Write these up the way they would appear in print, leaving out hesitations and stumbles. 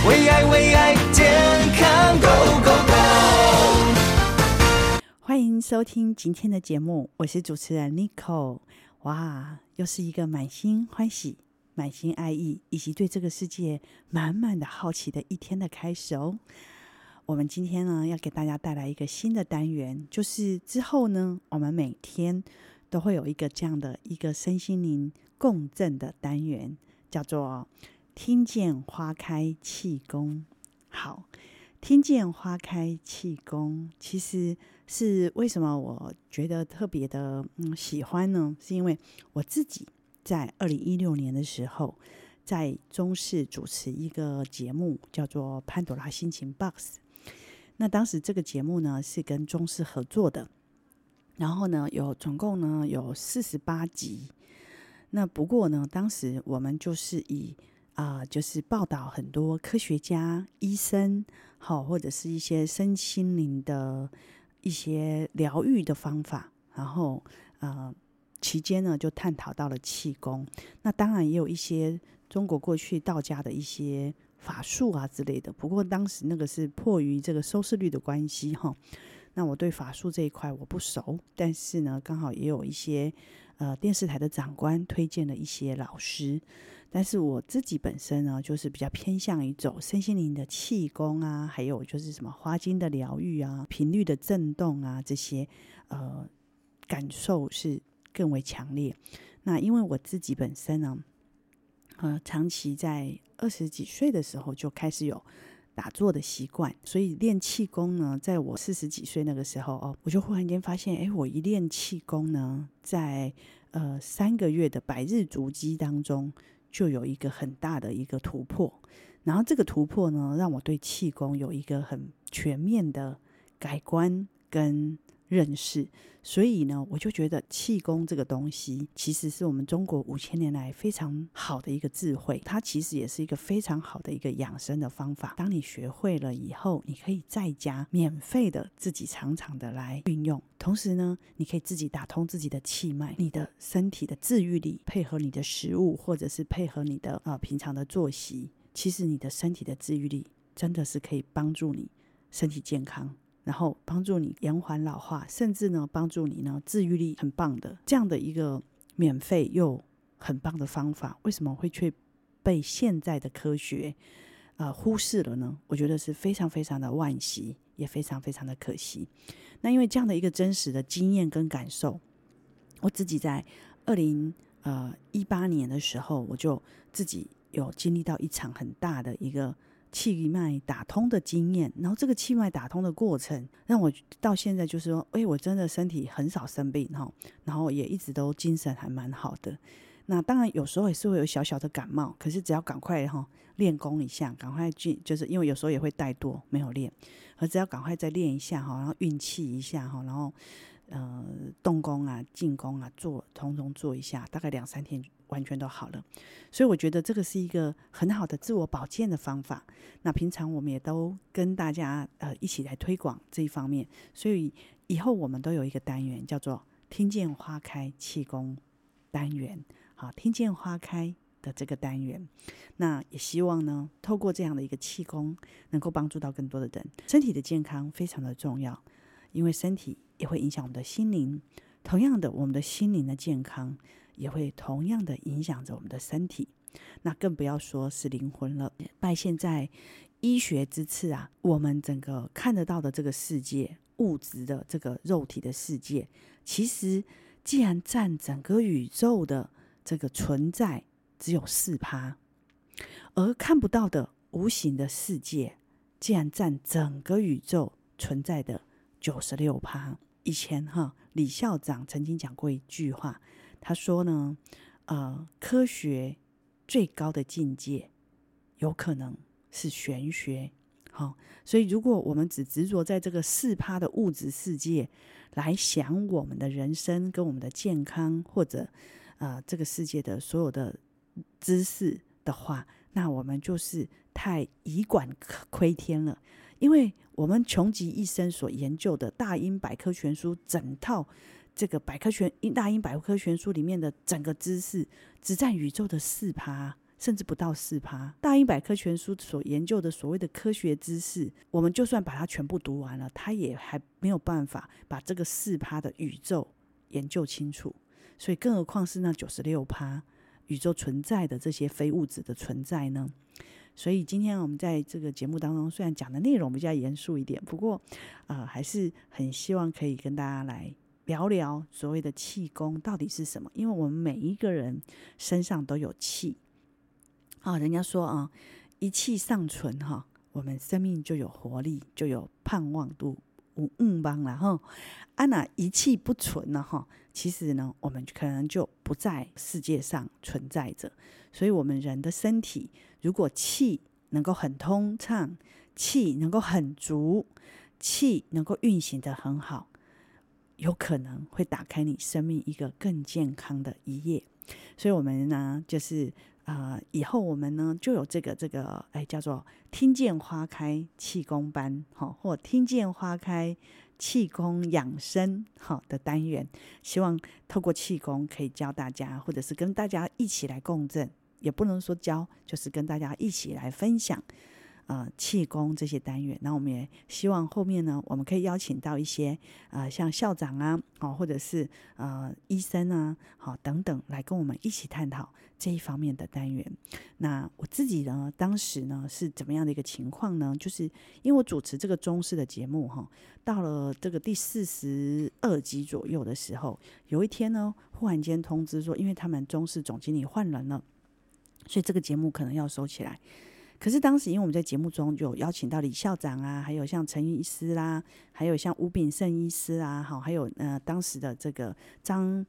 为爱健康 Go Go Go。 欢迎收听今天的节目，我是主持人 Nico。 哇，又是一个满心欢喜、满心爱意以及对这个世界满满的好奇的一天的开始哦。我们今天呢，要给大家带来一个新的单元，就是之后呢，我们每天都会有一个这样的一个身心灵共振的单元，叫做听见花开气功。好，听见花开气功其实是为什么我觉得特别的喜欢呢？是因为我自己在2016年的时候，在中视主持一个节目，叫做潘朵拉心情 Box。 那当时这个节目呢是跟中视合作的，然后呢总共呢有48集。那不过呢，当时我们就是以就是报道很多科学家、医生，或者是一些身心灵的一些疗愈的方法，然后期间呢就探讨到了气功。那当然也有一些中国过去道家的一些法术啊之类的，不过当时那个是迫于这个收视率的关系那我对法术这一块我不熟，但是呢刚好也有一些电视台的长官推荐了一些老师，但是我自己本身呢就是比较偏向于走身心灵的气功啊，还有就是什么花精的疗愈啊、频率的震动啊，这些感受是更为强烈。那因为我自己本身呢长期在20几岁的时候就开始有打坐的习惯，所以练气功呢，在我40几岁那个时候我就忽然间发现，我一练气功呢，在3个月的百日足迹当中，就有一个很大的一个突破。然后这个突破呢，让我对气功有一个很全面的改观跟认识。所以呢，我就觉得气功这个东西其实是我们中国5000年来非常好的一个智慧，它其实也是一个非常好的一个养生的方法。当你学会了以后，你可以在家免费的自己常常的来运用，同时呢你可以自己打通自己的气脉，你的身体的治愈力配合你的食物，或者是配合你的平常的作息，其实你的身体的治愈力真的是可以帮助你身体健康，然后帮助你延缓老化，甚至呢帮助你呢治愈力很棒的这样的一个免费又很棒的方法，为什么会却被现在的科学忽视了呢？我觉得是非常非常的惋惜，也非常非常的可惜。那因为这样的一个真实的经验跟感受，我自己在2018年的时候，我就自己有经历到一场很大的一个气脉打通的经验，然后这个气脉打通的过程让我到现在就是说我真的身体很少生病然后也一直都精神还蛮好的。那当然有时候也是会有小小的感冒，可是只要赶快练功一下，赶快就是因为有时候也会怠惰没有练，可只要赶快再练一下然后运气一下然后动功啊、静功啊统统做一下，大概2-3天完全都好了。所以我觉得这个是一个很好的自我保健的方法。那平常我们也都跟大家一起来推广这一方面，所以以后我们都有一个单元叫做听见花开气功单元。好，听见花开的这个单元，那也希望呢透过这样的一个气功能够帮助到更多的人。身体的健康非常的重要，因为身体也会影响我们的心灵，同样的我们的心灵的健康也会同样的影响着我们的身体，那更不要说是灵魂了。拜现在医学之赐我们整个看得到的这个世界，物质的这个肉体的世界，其实既然占整个宇宙的这个存在只有4%，而看不到的无形的世界竟然占整个宇宙存在的96%。以前李校长曾经讲过一句话，他说呢科学最高的境界有可能是玄学。所以如果我们只执着在这个4%的物质世界来想我们的人生跟我们的健康，或者这个世界的所有的知识的话，那我们就是太以管窥天了。因为我们穷极一生所研究的大英百科全书，整套这个大英百科全书里面的整个知识只占宇宙的4%， 甚至不到4%。大英百科全书所研究的所谓的科学知识，我们就算把它全部读完了，它也还没有办法把这个4%的宇宙研究清楚，所以更何况是那96%宇宙存在的这些非物质的存在呢？所以今天我们在这个节目当中，虽然讲的内容比较严肃一点，不过还是很希望可以跟大家来聊聊所谓的气功到底是什么。因为我们每一个人身上都有气人家说一气尚存我们生命就有活力，就有盼望度帮啦那一气不存呢其实呢我们可能就不在世界上存在着。所以我们人的身体如果气能够很通畅，气能够很足，气能够运行得很好，有可能会打开你生命一个更健康的一页。所以我们呢就是以后我们呢就有这个叫做听见花开气功班或听见花开气功养生的单元，希望透过气功可以教大家，或者是跟大家一起来共振，也不能说教，就是跟大家一起来分享气功这些单元。那我们也希望后面呢我们可以邀请到一些像校长或者是医生等等来跟我们一起探讨这一方面的单元。那我自己呢当时呢是怎么样的一个情况呢？就是因为我主持这个中视的节目到了这个第42集左右的时候，有一天呢忽然间通知说，因为他们中视总经理换人了，所以这个节目可能要收起来。可是当时因为我们在节目中有邀请到李校长还有像陈医师啦，还有像吴炳胜医师还有当时的这个张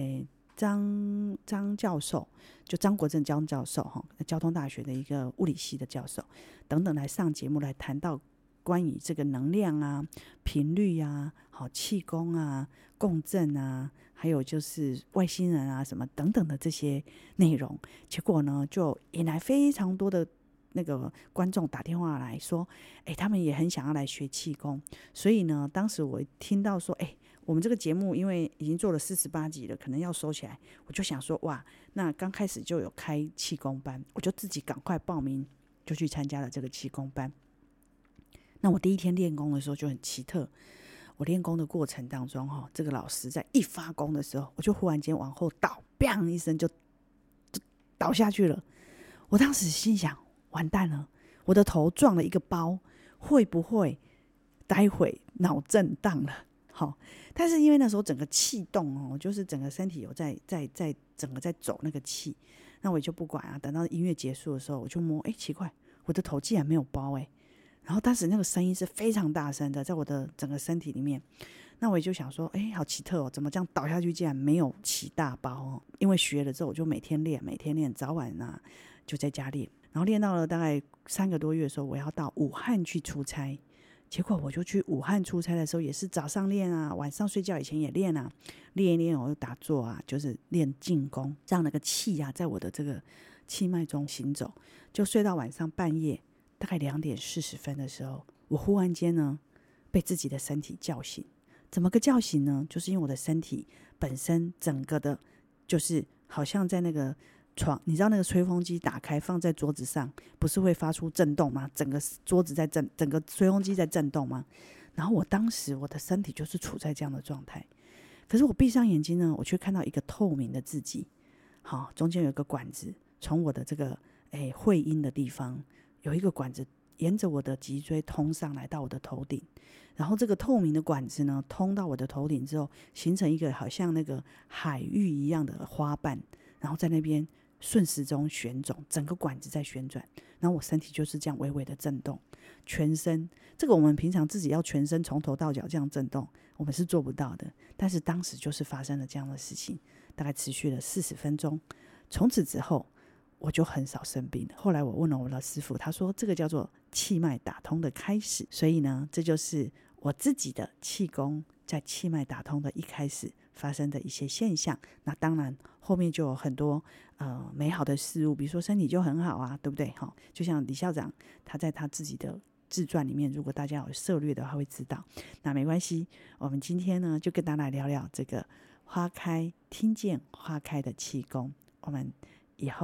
教授，就张国正张教授交通大学的一个物理系的教授等等来上节目，来谈到关于这个能量频率气功共振还有就是外星人什么等等的这些内容。结果呢就引来非常多的那个观众打电话来说他们也很想要来学气功。所以呢当时我听到说我们这个节目因为已经做了48集了，可能要收起来，我就想说哇，那刚开始就有开气功班，我就自己赶快报名，就去参加了这个气功班。那我第一天练功的时候就很奇特，我练功的过程当中这个老师在一发功的时候，我就忽然间往后倒，bang 一声就倒下去了。我当时心想完蛋了，我的头撞了一个包，会不会待会脑震荡了但是因为那时候整个气动就是整个身体有在整个在走那个气，那我也就不管等到音乐结束的时候，我就摸奇怪，我的头竟然没有包然后当时那个声音是非常大声的，在我的整个身体里面。那我也就想说好奇特怎么这样倒下去竟然没有起大包因为学了之后我就每天练，早晚就在家练，然后练到了大概3个多月的时候，我要到武汉去出差。结果我就去武汉出差的时候，也是早上练晚上睡觉以前也练练一练我就打坐就是练静功，让那个气在我的这个气脉中行走。就睡到晚上半夜大概2点40分的时候，我忽然间呢被自己的身体叫醒。怎么个叫醒呢？就是因为我的身体本身整个的就是好像在那个床，你知道那个吹风机打开放在桌子上不是会发出震动吗？整个桌子在震，整个吹风机在震动吗？然后我当时我的身体就是处在这样的状态。可是我闭上眼睛呢，我却看到一个透明的自己中间有一个管子，从我的这个会阴的地方有一个管子沿着我的脊椎通上来到我的头顶，然后这个透明的管子呢通到我的头顶之后，形成一个好像那个海域一样的花瓣，然后在那边顺时钟旋转，整个管子在旋转，然后我身体就是这样微微的震动，全身这个我们平常自己要全身从头到脚这样震动我们是做不到的，但是当时就是发生了这样的事情，大概持续了40分钟。从此之后我就很少生病了。后来我问了我的师傅，他说这个叫做气脉打通的开始。所以呢这就是我自己的气功在气脉打通的一开始发生的一些现象。那当然后面就有很多美好的事物，比如说身体就很好对不对就像李校长他在他自己的自传里面，如果大家有涉略的话会知道。那没关系，我们今天呢就跟大家来聊聊这个花开，听见花开的气功。我们以后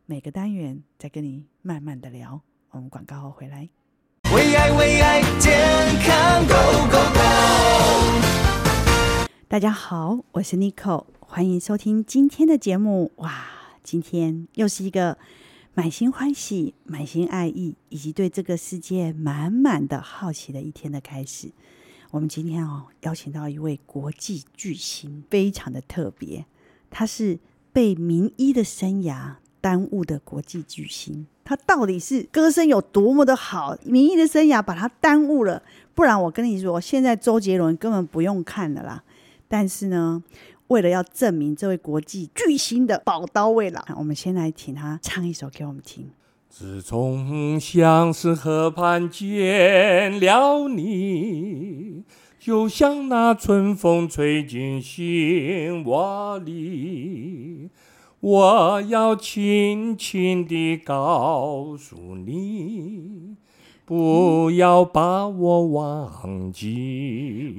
每个单元再跟你慢慢的聊。我们广告后回来。 为爱健康 Go Go Go。 大家好，我是 Nico， 欢迎收听今天的节目。哇，今天又是一个满心欢喜、满心爱意，以及对这个世界满满的好奇的一天的开始。我们今天邀请到一位国际巨星，非常的特别，他是被名医的生涯耽误的国际巨星。他到底是歌声有多么的好，名医的生涯把他耽误了？不然我跟你说，现在周杰伦根本不用看了啦。但是呢，为了要证明这位国际巨星的宝刀未老，我们先来请他唱一首给我们听。 自从相思河畔见了你，就像那春风吹进心窝里，我要轻轻地告诉你，不要把我忘记。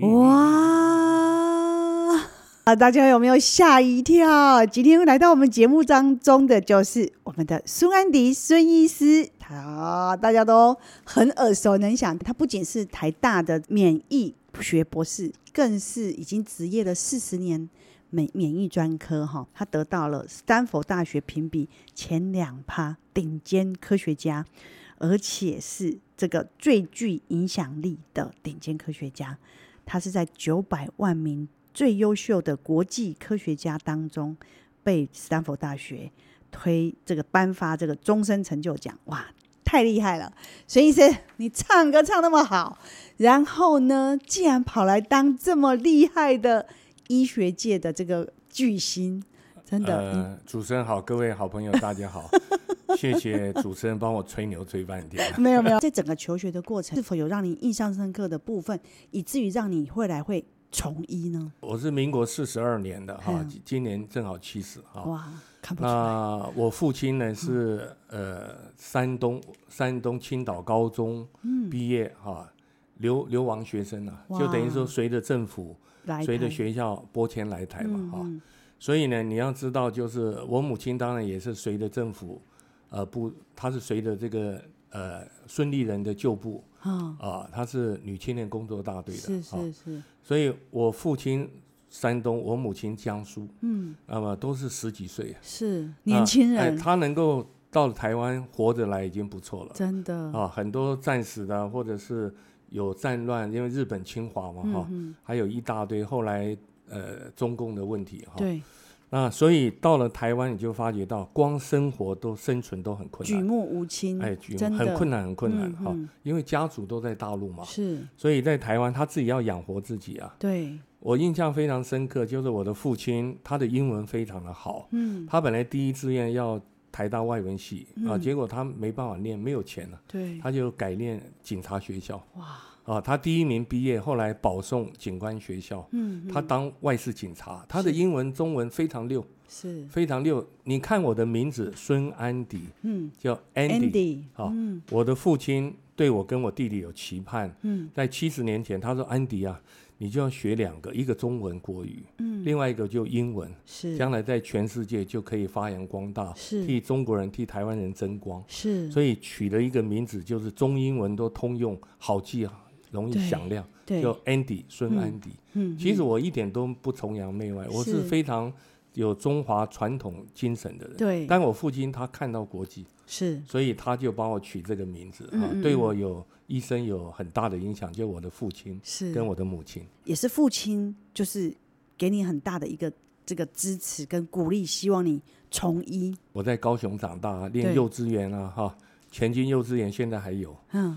哇，大家有没有吓一跳？今天来到我们节目当中的就是我们的孙安迪孙医师，大家都很耳熟能详。他不仅是台大的免疫学博士，更是已经执业了40年免疫专科。他得到了斯坦福大学评比前2%顶尖科学家，而且是这个最具影响力的顶尖科学家。他是在900万名最优秀的国际科学家当中，被斯坦福大学颁发这个终身成就奖。哇，太厉害了！孙医师，你唱歌唱那么好，然后呢，竟然跑来当这么厉害的医学界的这个巨星，真的。 主持人好，各位好朋友大家好。谢谢主持人帮我吹牛吹半天。 没有，在整个求学的过程，是否有让你印象深刻的部分，以至于让你会从医呢？ 我是民国42年的哈，今年正好70哈。 哇，看不出来。 那我父亲呢是山东青岛高中毕业哈，流亡学生啊，就等于说随着政府随着学校拨迁来台嘛哈。所以呢，你要知道，就是我母亲当然也是随着政府她是随着这个孙立人的旧部她是女青年工作大队的， 是。 所以我父亲山东，我母亲江苏，那么都是10几岁， 是年轻人。 他能够到了台湾活着来已经不错了， 真的很多战死的或者是有战乱，因为日本侵华嘛还有一大堆后来中共的问题对。 那所以到了台湾，你就发觉到光生存都很困难， 举目无亲，真的很困难因为家族都在大陆嘛， 是， 所以在台湾他自己要养活自己啊。 对， 我印象非常深刻，就是我的父亲，他的英文非常的好，他本来第一志愿要台大外文系结果他没办法念，没有钱了， 对， 他就改念警察学校。哇，他第1名毕业，后来保送警官学校，他当外事警察，他的英文中文非常溜，是非常溜。你看我的名字孙安迪，叫 Andy， 我的父亲对我跟我弟弟有期盼，在70年前，他说安迪啊，你就要学2个，一个中文国语，另外一个就英文，是将来在全世界就可以发扬光大，是替中国人替台湾人争光，是所以取了一个名字，就是中英文都通用，好记容易响亮，叫 Andy 孙安迪。其实我一点都不崇洋媚外，我是非常有中华传统精神的人。对，但我父亲他看到国际，是，所以他就帮我取这个名字对我一生有很大的影响，就我的父亲是跟我的母亲， 也是父亲就是给你很大的一个这个支持跟鼓励，希望你从医。我在高雄长大，念幼稚园前进幼稚园现在还有，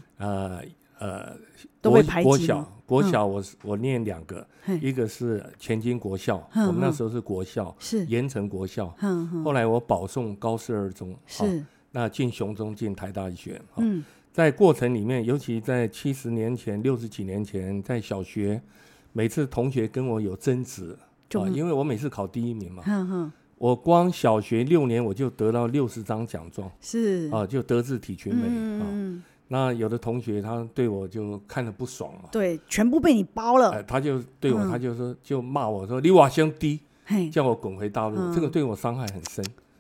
都被排挤。 国小我念2个，一个是前金国校，我们那时候是国校，是盐城国校。后来我保送高士二中，是那进雄中，进台大医学院。在过程里面，尤其在70年前、60几年前，在小学，每次同学跟我有争执，因为我每次考第1名嘛。我光小学6年我就得到60张奖状，是就德智体群美那有的同学他对我就看得不爽嘛， 对，全部被你包了。 他就对我，他就说，就骂我说你瓦兄低，叫我滚回大陆，这个对我伤害很深。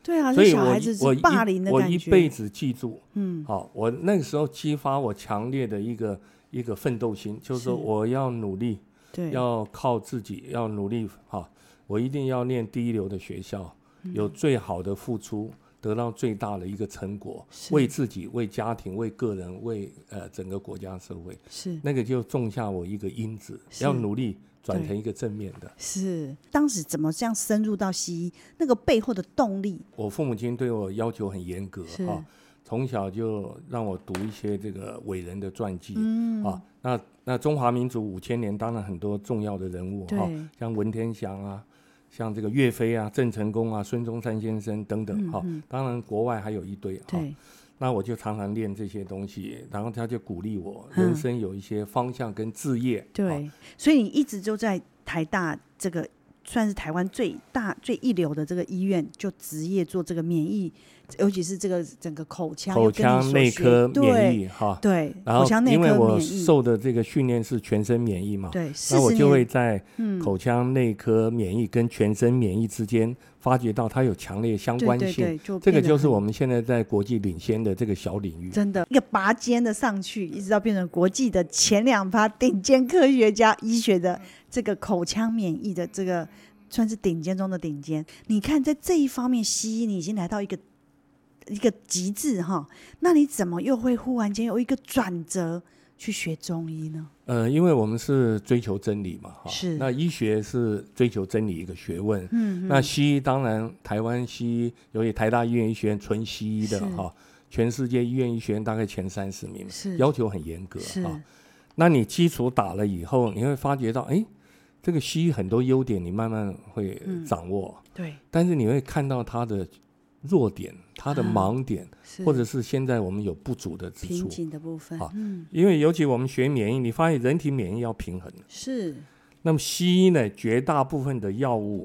对啊， 所以小孩子是霸凌的感觉， 我一辈子记住，好，我那个时候激发我强烈的一个奋斗心，就是说我要努力， 对， 要靠自己，要努力，好，我一定要念第一流的学校，有最好的付出，得到最大的一个成果，为自己、为家庭、为个人、为整个国家社会， 是那个就种下我一个因子，要努力转成一个正面的。 是，当时怎么这样深入到西医，那个背后的动力？ 我父母亲对我要求很严格啊，从小就让我读一些这个伟人的传记，啊，那中华民族5000年当然很多重要的人物哈，像文天祥啊，像这个岳飞啊、郑成功啊、孙中山先生等等哈，当然国外还有一堆哈。那我就常常练这些东西，然后他就鼓励我，人生有一些方向跟志业。 对，所以你一直就在台大这个算是台湾最大最一流的这个医院，就职业做这个免疫，尤其是这个整个口腔内科免疫哈。 对， 然后因为我受的这个训练是全身免疫嘛， 对， 那我就会在口腔内科免疫跟全身免疫之间发觉到它有强烈相关性， 对， 这个就是我们现在在国际领先的这个小领域， 真的一个拔尖的上去，一直到变成国际的前2%顶尖科学家医学的这个口腔免疫的这个算是顶尖中的顶尖。你看在这一方面，西医你已经来到一个极致哈，那你怎么又会忽然间有一个转折去学中医呢？ 因为我们是追求真理嘛， 是。 那医学是追求真理一个学问，那西医当然台湾西医，尤其台大医院医学院纯西医的哈，全世界医院医学院大概前30名，要求很严格哈。那你基础打了以后，你会发觉到，这个西医很多优点你慢慢会掌握， 对， 但是你会看到它的弱点，它的盲点，或者是现在我们有不足的之处， 瓶颈的部分。 因为尤其我们学免疫，你发现人体免疫要平衡， 是。 那么西医呢，绝大部分的药物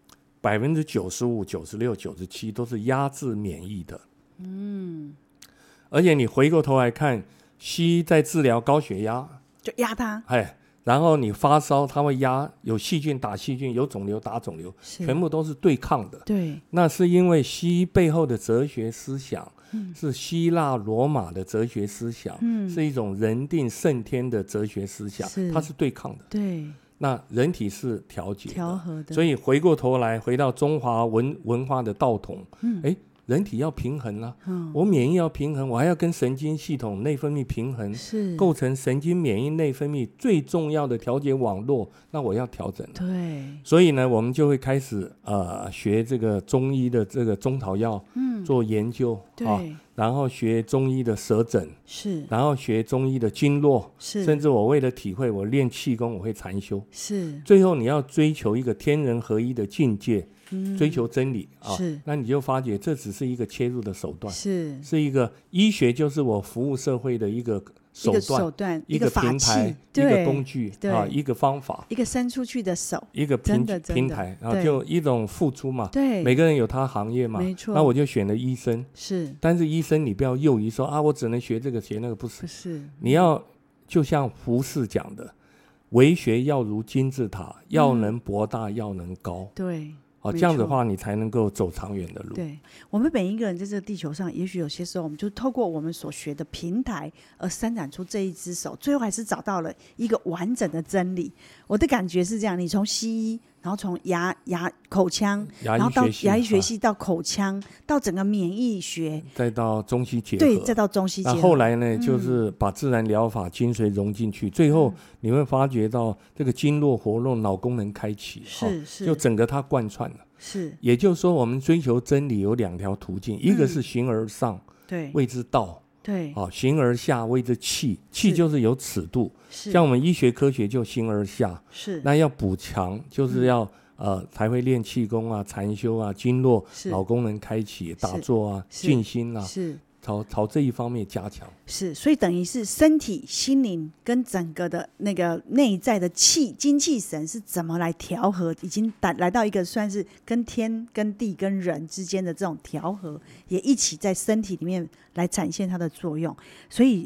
95%、96%、97%都是压制免疫的，而且你回过头来看，西医在治疗高血压， 就压它， 然后你发烧，它会压，有细菌打细菌，有肿瘤打肿瘤，全部都是对抗的。 对， 那是因为西医背后的哲学思想，是希腊罗马的哲学思想，是一种人定胜天的哲学思想，它是对抗的。 对， 那人体是调节的、 调和的， 所以回过头来，回到中华文化的道统，人体要平衡啊，我免疫要平衡，我还要跟神经系统内分泌平衡，是构成神经免疫内分泌最重要的调节网络，那我要调整。 对， 所以呢，我们就会开始学这个中医的这个中草药，做研究，对，然后学中医的舌诊，是，然后学中医的经络，是，甚至我为了体会，我练气功，我会禅修，是，最后你要追求一个天人合一的境界。追求真理是，那你就发觉这只是一个切入的手段，是一个医学，就是我服务社会的一个手段，一个平台，一个工具一个方法，一个伸出去的手， 一个平台，然后就一种付出嘛。对，每个人有他行业嘛，没错。那我就选了医生，是，但是医生你不要囿于说我只能学这个学那个，不是，你要就像胡适讲的，为学要如金字塔，要能博大，要能高。对。这样的话你才能够走长远的路。 对，我们每一个人在这个地球上，也许有些时候我们就透过我们所学的平台而伸展出这一只手，最后还是找到了一个完整的真理。我的感觉是这样，你从西医，然后从口腔，然后到牙医学系，到口腔，到整个免疫学， 再到中西结合， 对，再到中西结合。 那后来呢，就是把自然疗法精髓融进去，最后你会发觉到这个经络活络，脑功能开启，是，就整个它贯穿了。是，也就是说，我们追求真理有2条途径，一个是形而上，对，谓之道。对，形而下谓之气，气就是有尺度，像我们医学科学就形而下，是，那要补强就是要才会练气功啊、禅修啊、经络、脑功能开启、打坐啊、静心啊，是朝这一方面加强。 是，所以等于是身体、心灵跟整个的那个内在的精气神是怎么来调和，已经来到一个算是跟天、跟地、跟人之间的这种调和，也一起在身体里面来展现它的作用。所以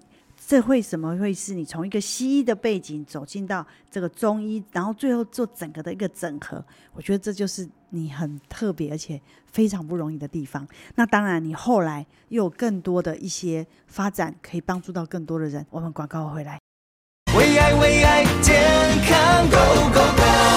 这会什么会是你从一个西医的背景走进到这个中医，然后最后做整个的一个整合，我觉得这就是你很特别而且非常不容易的地方。那当然你后来又有更多的一些发展可以帮助到更多的人。我们广告回来， 为爱健康 Go Go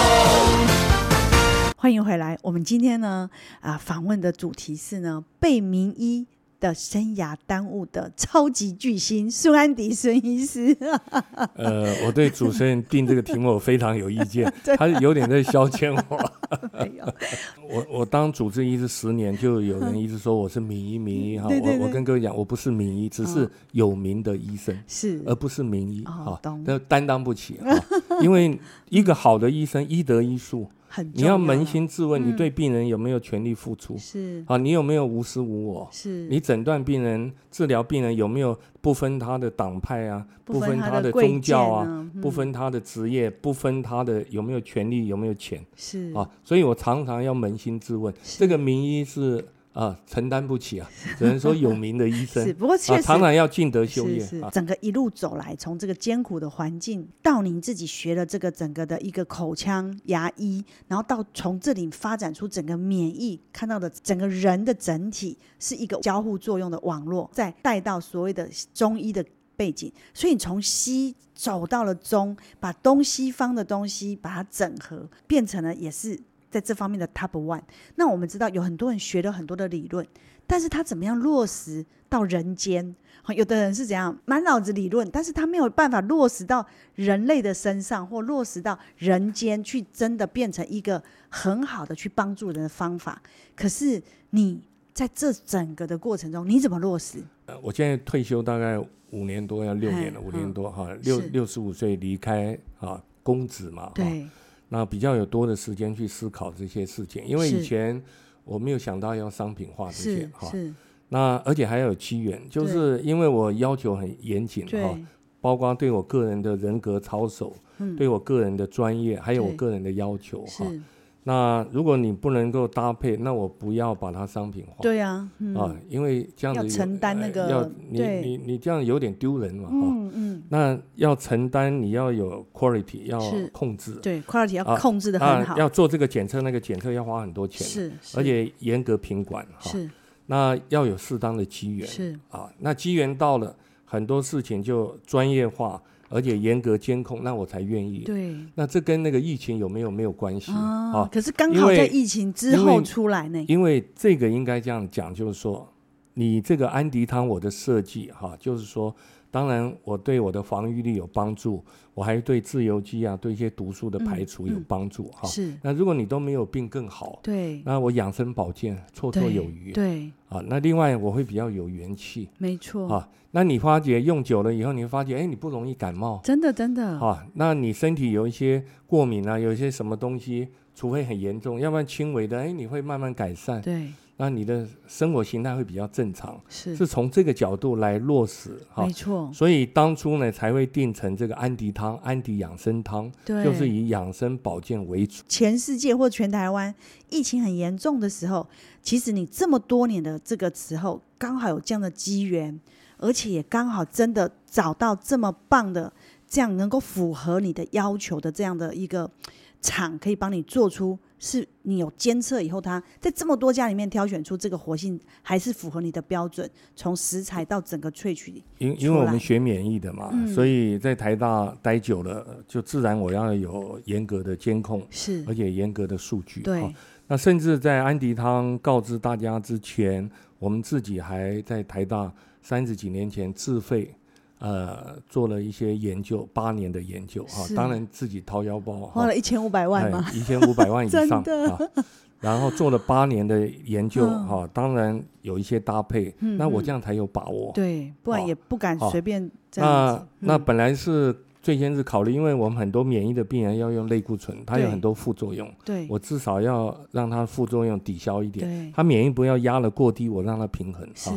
Go。 欢迎回来。我们今天呢访问的主题是呢，被名医的生涯耽误的超级巨星孙安迪孙医师。 我对主持人定这个题目我非常有意见，他有点在消遣我。 没有， 我当主治医师10年，就有人一直说我是名医哈。我跟各位讲，我不是名医，只是有名的医生，是而不是名医哈，担当不起哈。因为一个好的医生，医德医术。你要扪心自问，你对病人有没有全力付出？是啊，你有没有无私无我？是你诊断病人、治疗病人有没有不分他的党派啊，不分他的宗教啊，不分他的职业，不分他的有没有权利、有没有钱？是啊，所以我常常要扪心自问，这个名医是承担不起啊，只能说有名的医生。 是，不过确实常常要尽德修业。 是整个一路走来，从这个艰苦的环境到您自己学了这个整个的一个口腔牙医，然后到从这里发展出整个免疫，看到的整个人的整体是一个交互作用的网络，再带到所谓的中医的背景，所以你从西走到了中，把东西方的东西把它整合，变成了也是在这方面的 top one。 那我们知道有很多人学了很多的理论，但是他怎么样落实到人间？有的人是怎样满脑子理论，但是他没有办法落实到人类的身上，或落实到人间去，真的变成一个很好的去帮助人的方法。可是你在这整个的过程中，你怎么落实？ 我现在退休大概5年多，要6年了，5年多哈，65岁离开公职嘛，对。那比较有多的时间去思考这些事情，因为以前我没有想到要商品化这些哈。那而且还要有机缘，就是因为我要求很严谨哈，包括对我个人的人格操守，对我个人的专业，还有我个人的要求哈。那如果你不能够搭配，那我不要把它商品化。 对啊， 因为这样子要承担那个， 你这样有点丢人嘛，那要承担，你要有 quality， 要控制， 对 quality 要控制得很好， 要做这个检测那个检测要花很多钱，是而且严格品管是。那要有适当的机缘，是那机缘到了，很多事情就专业化。而且严格监控，那我才愿意。对，那这跟那个疫情没有关系可是刚好在疫情之后出来呢。 因为这个应该这样讲，就是说，你这个安迪汤我的设计就是说，当然我对我的防御力有帮助，我还对自由基对一些毒素的排除有帮助是。那如果你都没有病更好，对，那我养生保健绰绰有余。对那另外我会比较有元气， 没错那你发觉用久了以后，你会发觉你不容易感冒， 真的那你身体有一些过敏有一些什么东西，除非很严重，要不然轻微的你会慢慢改善。对，那你的生活形态会比较正常，是从这个角度来落实没错。所以当初呢才会定成这个安迪汤，安迪养生汤，就是以养生保健为主。 全世界或全台湾疫情很严重的时候，其实你这么多年的这个时候，刚好有这样的机缘，而且也刚好真的找到这么棒的，这样能够符合你的要求的这样的一个厂，可以帮你做出，是你有监测以后，他在这么多家里面挑选出这个活性还是符合你的标准，从食材到整个萃取。 因为我们学免疫的嘛，所以在台大待久了，就自然我要有严格的监控，是而且严格的数据。对，那甚至在安迪汤告知大家之前，我们自己还在台大30几年前自费做了一些研究，8年的研究当然自己掏腰包， 花了1500万吗 ？1500万以上然后做了8年的研究当然有一些搭配，那我这样才有把握。 对，不然也不敢随便这样子。 那本来是最先是考虑，因为我们很多免疫的病人要用类固醇，它有很多副作用，对，我至少要让它副作用抵消一点，它免疫不要压了过低，我让它平衡。是。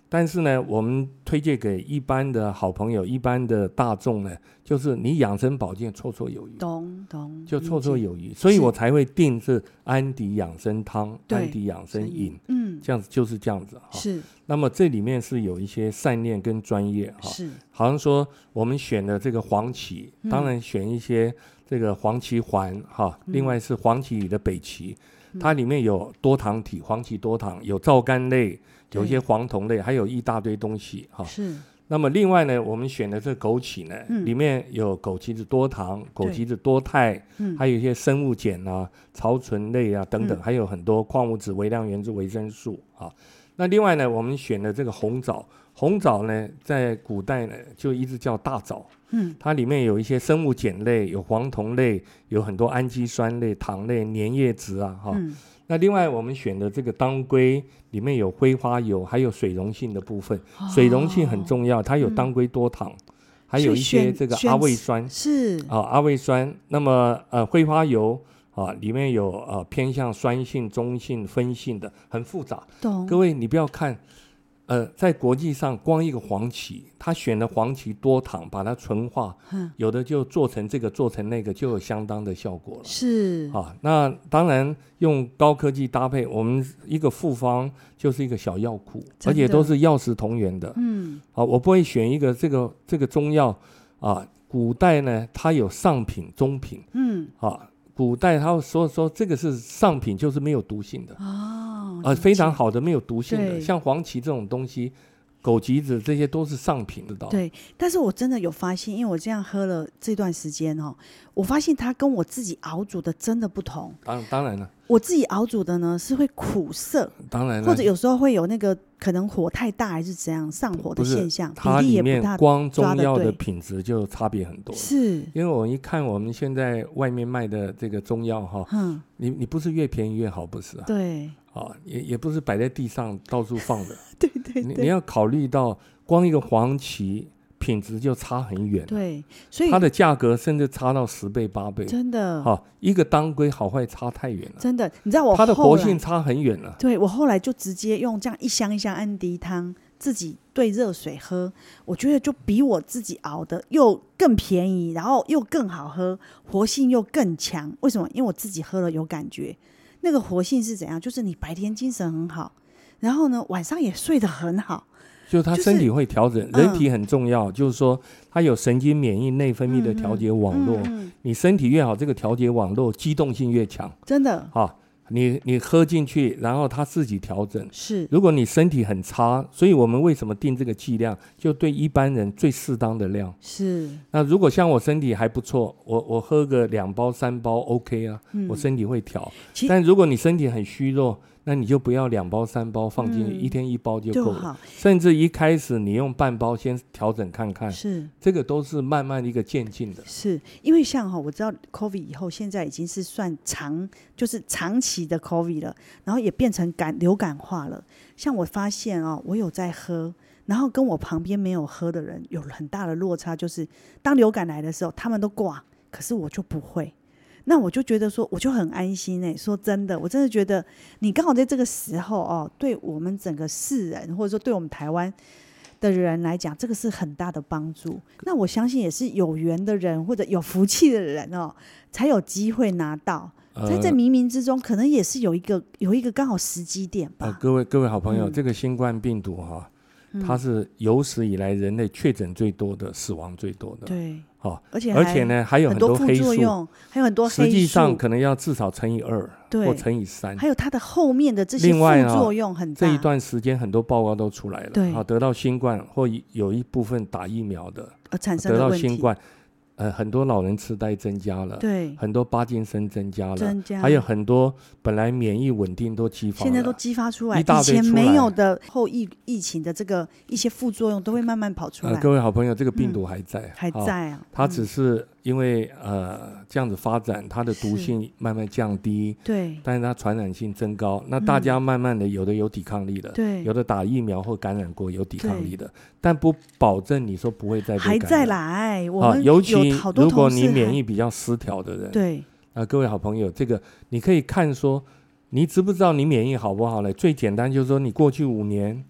但是呢，我们推荐给一般的好朋友、一般的大众呢，就是你养生保健绰绰有余， 懂， 就绰绰有余，所以我才会定制安迪养生汤、安迪养生饮，这样子就是这样子哈。 是。 那么这里面是有一些善念跟专业哈， 是。 好像说我们选的这个黄芪，当然选一些这个黄芪环哈，另外是黄芪里的北芪，它里面有多糖体，黄芪多糖，有皂苷类。有一些黄酮类，还有一大堆东西哈。 是。 那么另外呢，我们选的这个枸杞呢，里面有枸杞子多糖、枸杞子多肽，还有一些生物碱啊、草醇类啊等等，还有很多矿物质、微量元素、维生素啊。那另外呢，我们选的这个红枣，红枣呢，在古代呢就一直叫大枣，它里面有一些生物碱类，有黄酮类，有很多氨基酸类、糖类、粘液质啊哈。那另外我们选的这个当归里面有挥发油，还有水溶性的部分，水溶性很重要，它有当归多糖，还有一些这个阿魏酸， 是阿魏酸。那么挥发油里面有偏向酸性、中性、分性的，很复杂。各位你不要看在国际上光一个黄芪，他选的黄芪多糖，把它纯化，有的就做成这个做成那个，就有相当的效果了。 是那当然用高科技搭配，我们一个复方就是一个小药库，而且都是药食同源的。我不会选一个这个中药古代呢它有上品、中品，古代他说这个是上品，就是没有毒性的非常好的没有毒性的，像黄芪这种东西，枸杞子这些都是上品的。 对，但是我真的有发现，因为我这样喝了这段时间我发现它跟我自己熬煮的真的不同。 当然了， 我自己熬煮的呢是会苦涩， 当然了， 或者有时候会有那个可能火太大还是怎样上火的现象， 它里面光中药的对品质就差别很多。 是， 因为我一看我们现在外面卖的这个中药你不是越便宜越好，不是对也不是摆在地上到处放的对对对， 你要考虑到光一个黄芪品质就差很远， 对，所以它的价格甚至差到10倍8倍， 真的一个当归好坏差太远了， 真的。你知道我它的活性差很远了。 对，我后来就直接用这样一箱一箱安迪汤自己兑热水喝，我觉得就比我自己熬的又更便宜，然后又更好喝，活性又更强。为什么？因为我自己喝了有感觉，那个活性是怎样？就是你白天精神很好，然后呢晚上也睡得很好， 就他身体会调整，人体很重要，就是说它有神经免疫内分泌的调节网络，你身体越好，这个调节网络机动性越强， 真的你喝进去，然后它自己调整。 是， 如果你身体很差，所以我们为什么定这个剂量，就对一般人最适当的量。 是。 那如果像我身体还不错，我喝个2包3包 OK 啊，我身体会调。但如果你身体很虚弱，那你就不要2包3包放进去，一天1包就够了。甚至一开始你用半包先调整看看，是这个都是慢慢一个渐进的。 是因为像我知道 COVID 以后，现在已经是算就是长期的 COVID 了，然后也变成流感化了。像我发现我有在喝，然后跟我旁边没有喝的人有很大的落差，就是当流感来的时候，他们都挂，可是我就不会。那我就觉得说，我就很安心说真的，我真的觉得你刚好在这个时候对我们整个世人，或者说对我们台湾的人来讲，这个是很大的帮助。那我相信也是有缘的人或者有福气的人才有机会拿到。在这冥冥之中，可能也是有一个刚好时机点吧。 各位好朋友，这个新冠病毒它是有史以来人类确诊最多的、死亡最多的。 对。 而且呢，还有很多黑素， 还有很多黑素， 实际上可能要至少乘以2或乘以3。 还有它的后面的这些副作用很大。 这一段时间很多报告都出来了，得到新冠或有一部分打疫苗的产生的问题， 得到新冠。很多老人痴呆增加了，对，很多帕金森增加了，还有很多本来免疫稳定都激发了， 现在都激发出来， 一大堆出来， 以前没有的后疫情的这个一些副作用都会慢慢跑出来。 各位好朋友，这个病毒还在， 还在啊， 它只是因为这样子发展，它的毒性慢慢降低，对，但是它传染性增高，那大家慢慢的有的有抵抗力了，对，有的打疫苗或感染过有抵抗力的，但不保证你说不会再被感染， 还再来，我们尤其如果你免疫比较失调的人， 对， 各位好朋友，这个你可以看说，你知不知道你免疫好不好呢？最简单就是说，你过去5年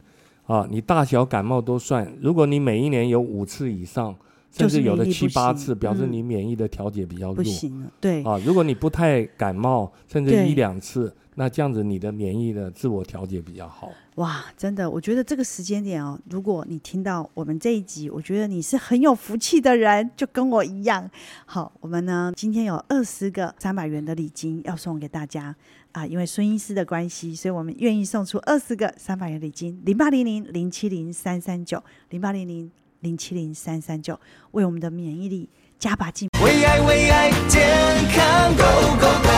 你大小感冒都算，如果你每一年有5次以上，甚至有的7、8次，表示你免疫的调节比较弱， 不行了。对如果你不太感冒，甚至1、2次，那这样子你的免疫的自我调节比较好。 哇，真的，我觉得这个时间点如果你听到我们这一集，我觉得你是很有福气的人，就跟我一样。好，我们呢今天有20个300元的礼金要送给大家因为孙医师的关系，所以我们愿意送出20个300元礼金，0800-070-339，0800-070-339，为我们的免疫力加把劲。 为爱健康 Go Go Go。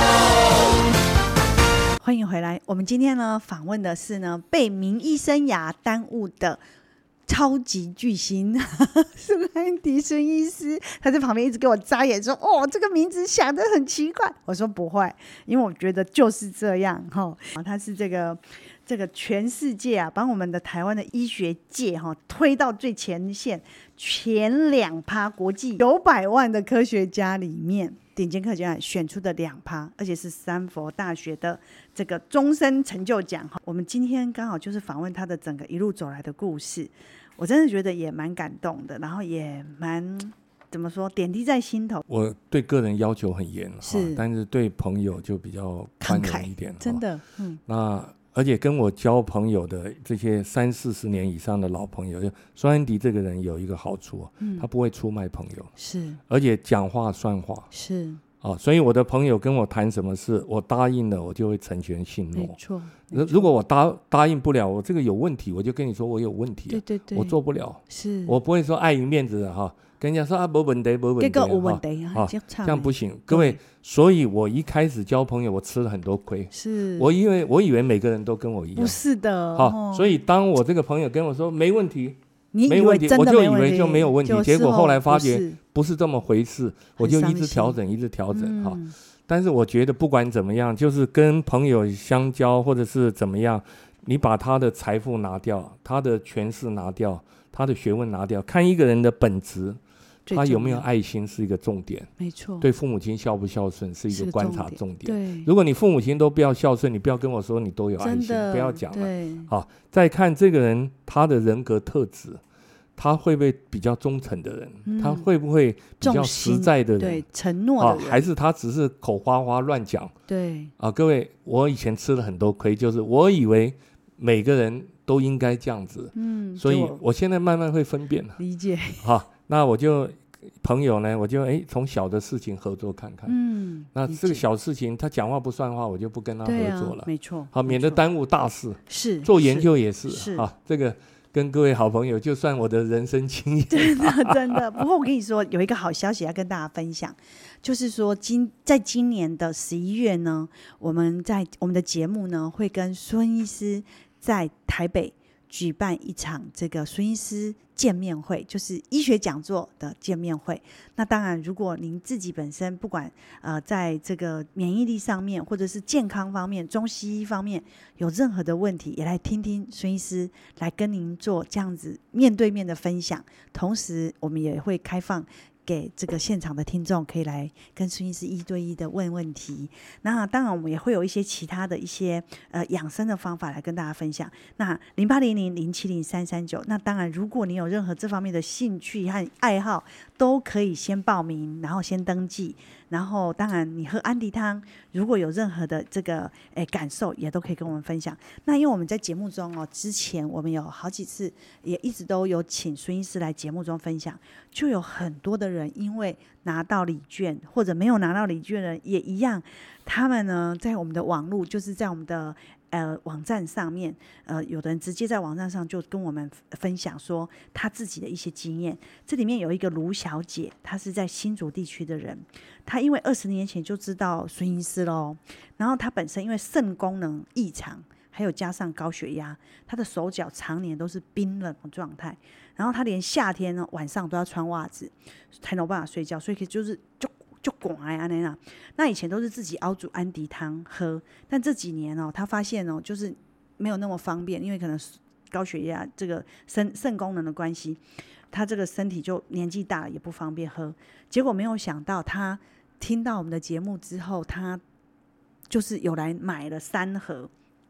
欢迎回来，我们今天呢访问的是呢被名医生涯耽误的超级巨星孙安迪孙医师，他在旁边一直给我眨眼说这个名字想得很奇怪。我说不会，因为我觉得就是这样他是这个全世界把我们的台湾的医学界推到最前线，前2%国际900万的科学家里面，顶尖科学家选出的2%，而且是斯坦福大学的这个终身成就奖。我们今天刚好就是访问他的整个一路走来的故事，我真的觉得也蛮感动的，然后也蛮怎么说，点滴在心头。 我对个人要求很严，但是对朋友就比较宽容一点， 真的。 那而且跟我交朋友的这些30-40年以上的老朋友，孙安迪这个人有一个好处，他不会出卖朋友， 是， 而且讲话算话， 是所以我的朋友跟我谈什么事，我答应了，我就会成全信诺。 没错。 如果我答应不了，我这个有问题，我就跟你说我有问题， 对， 我做不了， 是我不会说碍于面子的跟人家说没问题，没问题， 这个有问题这样不行，各位。所以我一开始交朋友，我吃了很多亏， 是我以为每个人都跟我一样， 不是的。 所以当我这个朋友跟我说没问题， 你没问题，我就以为就没有问题，结果后来发觉不是这么回事，我就一直调整，一直调整但是我觉得不管怎么样，就是跟朋友相交或者是怎么样，你把他的财富拿掉，他的权势拿掉，他的学问拿掉，看一个人的本质，他有没有爱心是一个重点。 没错。 对父母亲孝不孝顺是一个观察重点。 对， 如果你父母亲都不要孝顺，你不要跟我说你都有爱心，不要讲了。再看这个人他的人格特质，他会不会比较忠诚的人，他会不会比较实在的人， 对，承诺的人， 还是他只是口花花乱讲。 对各位，我以前吃了很多亏，就是我以为每个人都应该这样子，所以我现在慢慢会分辨了， 理解。 那我就朋友呢，我就从小的事情合作看看，那这个小事情他讲话不算话，我就不跟他合作了， 没错， 免得耽误大事。 是做研究也是这个跟各位好朋友，就算我的人生经验， 真的。不过我跟你说，有一个好消息要跟大家分享，就是说在今年的11月呢，我们的节目呢会跟孙医师在台北举办一场这个孙医师见面会，就是医学讲座的见面会。那当然如果您自己本身不管在这个免疫力上面，或者是健康方面，中西医方面有任何的问题，也来听听孙医师来跟您做这样子面对面的分享。同时我们也会开放给这个现场的听众可以来跟孙医师1对1的问问题。那当然我们也会有一些其他的一些养生的方法来跟大家分享。那0800-070-339，那当然如果你有任何这方面的兴趣和爱好，都可以先报名，然后先登记。然后当然你喝安迪汤，如果有任何的这个感受，也都可以跟我们分享。那因为我们在节目中之前我们有好几次也一直都有请孙医师来节目中分享，就有很多的人因为拿到礼券或者没有拿到礼券的人也一样，他们呢在我们的网络，就是在我们的网站上面，有的人直接在网站上就跟我们分享说他自己的一些经验。这里面有一个卢小姐，她是在新竹地区的人，她因为20年前就知道孙医师咯，然后她本身因为肾功能异常，还有加上高血压，她的手脚常年都是冰冷的状态，然后她连夏天呢晚上都要穿袜子才有办法睡觉，所以就是就寒啊那以前都是自己熬煮安迪汤喝，但这几年他发现就是没有那么方便，因为可能高血压这个肾功能的关系，他这个身体就年纪大了也不方便喝。结果没有想到他听到我们的节目之后，他就是有来买了3盒，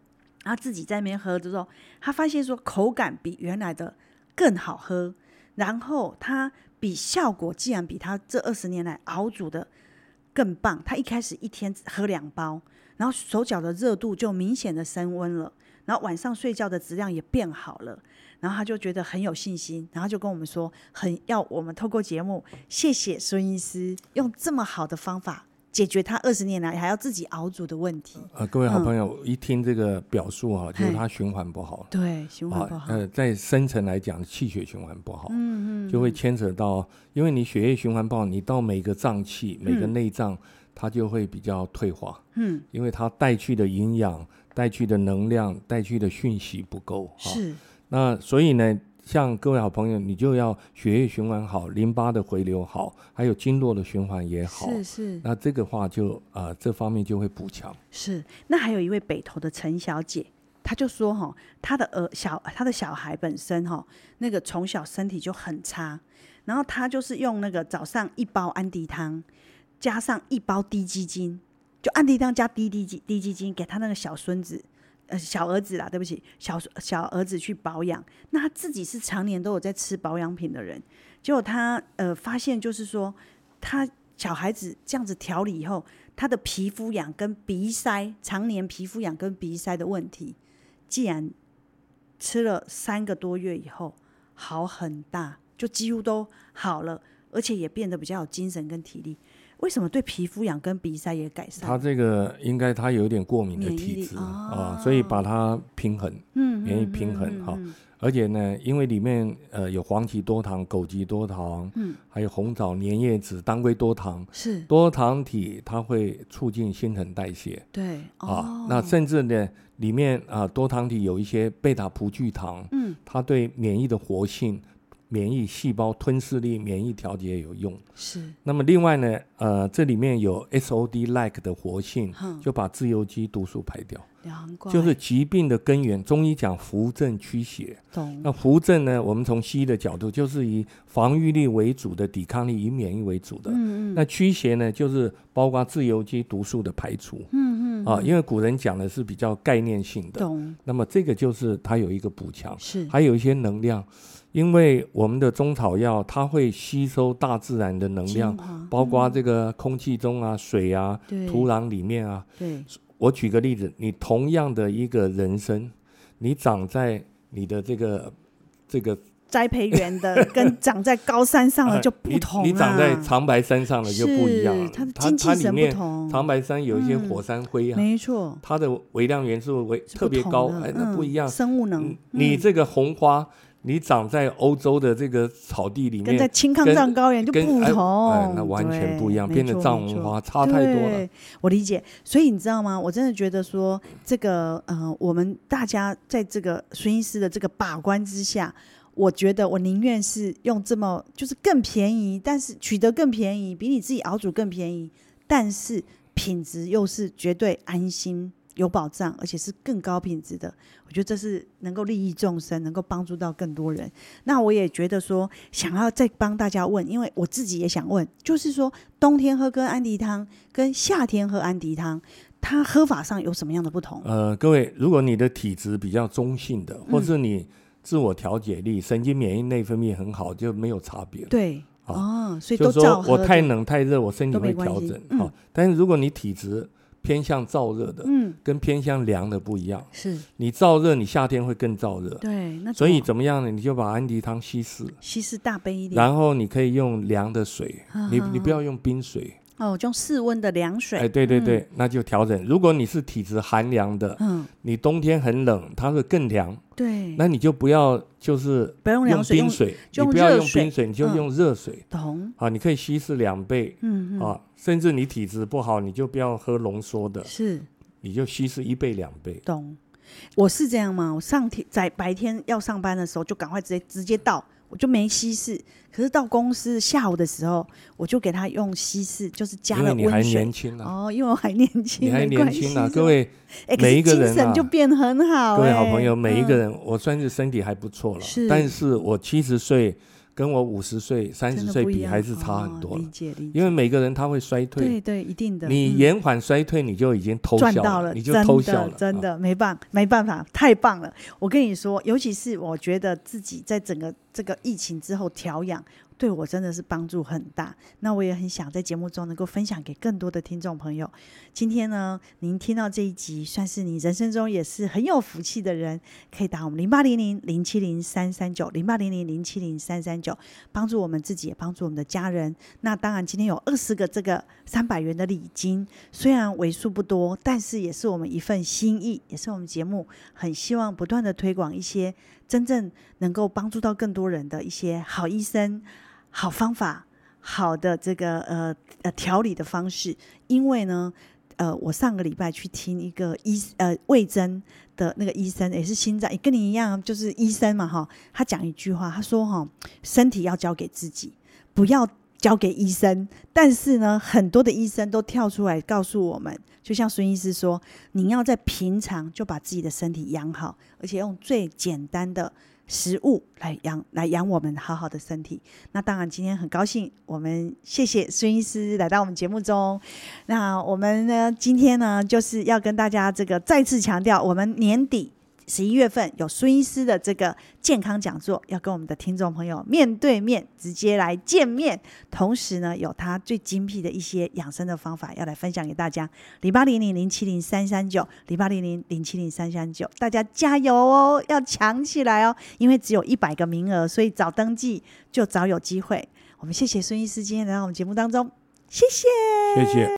然后自己在那边喝之后，他发现说口感比原来的更好喝，然后他效果竟然比他这20年来熬煮的更棒。他一开始一天喝2包，然后手脚的热度就明显的升温了，然后晚上睡觉的质量也变好了，然后他就觉得很有信心，然后就跟我们说要我们透过节目谢谢孙医师用这么好的方法解决他20年来还要自己熬煮的问题。 各位好朋友，一听这个表述就是他循环不好， 对，循环不好， 在深层来讲，气血循环不好，就会牵扯到，因为你血液循环不好，你到每个脏器、每个内脏，它就会比较退化，因为它带去的营养、带去的能量、带去的讯息不够， 是。 那所以呢，像各位好朋友，你就要血液循环好，淋巴的回流好，还有经络的循环也好。 是。 那这个话就这方面就会补强。 是。那还有一位北投的陈小姐，她就说她的小孩本身那个从小身体就很差，然后她就是用那个早上1包安迪汤，加上1包低基精，就安迪汤加低基精给她那个小孙子。小儿子啦，对不起，小儿子去保养。那他自己是常年都有在吃保养品的人，结果他发现就是说，他小孩子这样子调理以后，他的皮肤痒跟鼻塞，常年皮肤痒跟鼻塞的问题，既然吃了3个多月以后好很大，就几乎都好了，而且也变得比较有精神跟体力。为什么对皮肤痒跟鼻塞也改善？ 他这个应该他有一点过敏的体质所以把它平衡，免疫平衡而且呢，因为里面有黄芪多糖、枸杞多糖，还有红枣、粘叶子、当归多糖， 是多糖体，它会促进新陈代谢。 对那甚至呢，里面多糖体有一些贝塔葡聚糖，它对免疫的活性、免疫细胞吞噬力、免疫调节有用。 是。 那么另外呢，这里面有 SOD-like 的活性，就把自由基毒素排掉。就是疾病的根源，中医讲扶正驱邪。那扶正呢，我们从西医的角度，就是以防御力为主的抵抗力，以免疫为主的。那驱邪呢，就是包括自由基毒素的排除。因为古人讲的是比较概念性的。那么这个就是它有一个补强，还有一些能量。因为我们的中草药它会吸收大自然的能量，包括这个空气中啊、水啊、土壤里面啊。 对。 我举个例子，你同样的一个人参，你长在你的这个栽培园的跟长在高山上的就不同你长在长白山上的就不一样了。 它的精气神不同。 长白山有一些火山灰没错， 它的微量元素特别高，那不一样。 生物能。 你这个红花，你长在欧洲的这个草地里面， 跟在青康藏高原就不同， 那完全不一样，变得藏红花差太多了。 我理解，所以你知道吗？我真的觉得说，这个我们大家在这个孙医师的这个把关之下，我觉得我宁愿是用这么就是更便宜，但是取得更便宜，比你自己熬煮更便宜，但是品质又是绝对安心。有保障，而且是更高品质的，我觉得这是能够利益众生，能够帮助到更多人。那我也觉得说，想要再帮大家问，因为我自己也想问，就是说冬天喝安迪汤跟夏天喝安迪汤，它喝法上有什么样的不同？ 各位，如果你的体质比较中性的，或是你自我调节力、神经免疫内分泌很好，就没有差别。 对，所以都照喝。 就是说我太冷太热，我身体会调整。但是如果你体质偏向燥热的，跟偏向凉的不一样。是你燥热，你夏天会更燥热。 对，那所以怎么样呢？你就把安迪汤稀释大杯一点， 然后你可以用凉的水，你不要用冰水。 用室温的凉水。 对，那就调整。如果你是体质寒凉的，你冬天很冷，它会更凉。对，那你就不要就是不用凉水， 用冰水，你不要用冰水，你就用热水。 懂？ 你可以稀释2倍。甚至你体质不好，你就不要喝浓缩的，你就稀释1倍2倍。 懂？我是这样吗？我在白天要上班的时候，就赶快直接倒。我就没稀释，可是到公司下午的时候，我就给他用稀释，就是加了温水。 因为你还年轻因为我还年轻， 你还年轻各位，每一个人精神就变很好。 各位好朋友，每一个人，我算是身体还不错了，但是我70岁跟我50岁、30岁比还是差很多了。 理解。 因为每个人他会衰退， 对，一定的。 你延缓衰退，你就已经偷笑了， 赚到了， 你就偷笑了， 真的没办法，太棒了！我跟你说，尤其是我觉得自己在整个这个疫情之后调养，对我真的是帮助很大。那我也很想在节目中能够分享给更多的听众朋友。今天呢，您听到这一集，算是你人生中也是很有福气的人，可以打我们0800-070-339 0800-070-339，帮助我们自己，也帮助我们的家人。那当然，今天有20个这个300元的礼金，虽然为数不多，但是也是我们一份心意，也是我们节目很希望不断的推广一些真正能够帮助到更多人的一些好医生、好方法、好的这个调理的方式。因为呢，我上个礼拜去听一个魏征的那个医生，也是心脏，也跟你一样，就是医生嘛哈。他讲一句话，他说身体要交给自己，不要交给医生。但是呢，很多的医生都跳出来告诉我们，就像孙医师说，你要在平常就把自己的身体养好，而且用最简单的食物来养我们好好的身体。那当然今天很高兴，我们谢谢孙医师来到我们节目中。那我们呢，今天呢就是要跟大家这个再次强调，我们年底11月份有孙医师的这个健康讲座，要跟我们的听众朋友面对面直接来见面，同时呢有他最精辟的一些养生的方法要来分享给大家。0800-070-339 0800-070-339，大家加油哦，要抢起来哦，因为只有100个名额，所以早登记就早有机会。我们谢谢孙医师今天来到我们节目当中，谢谢。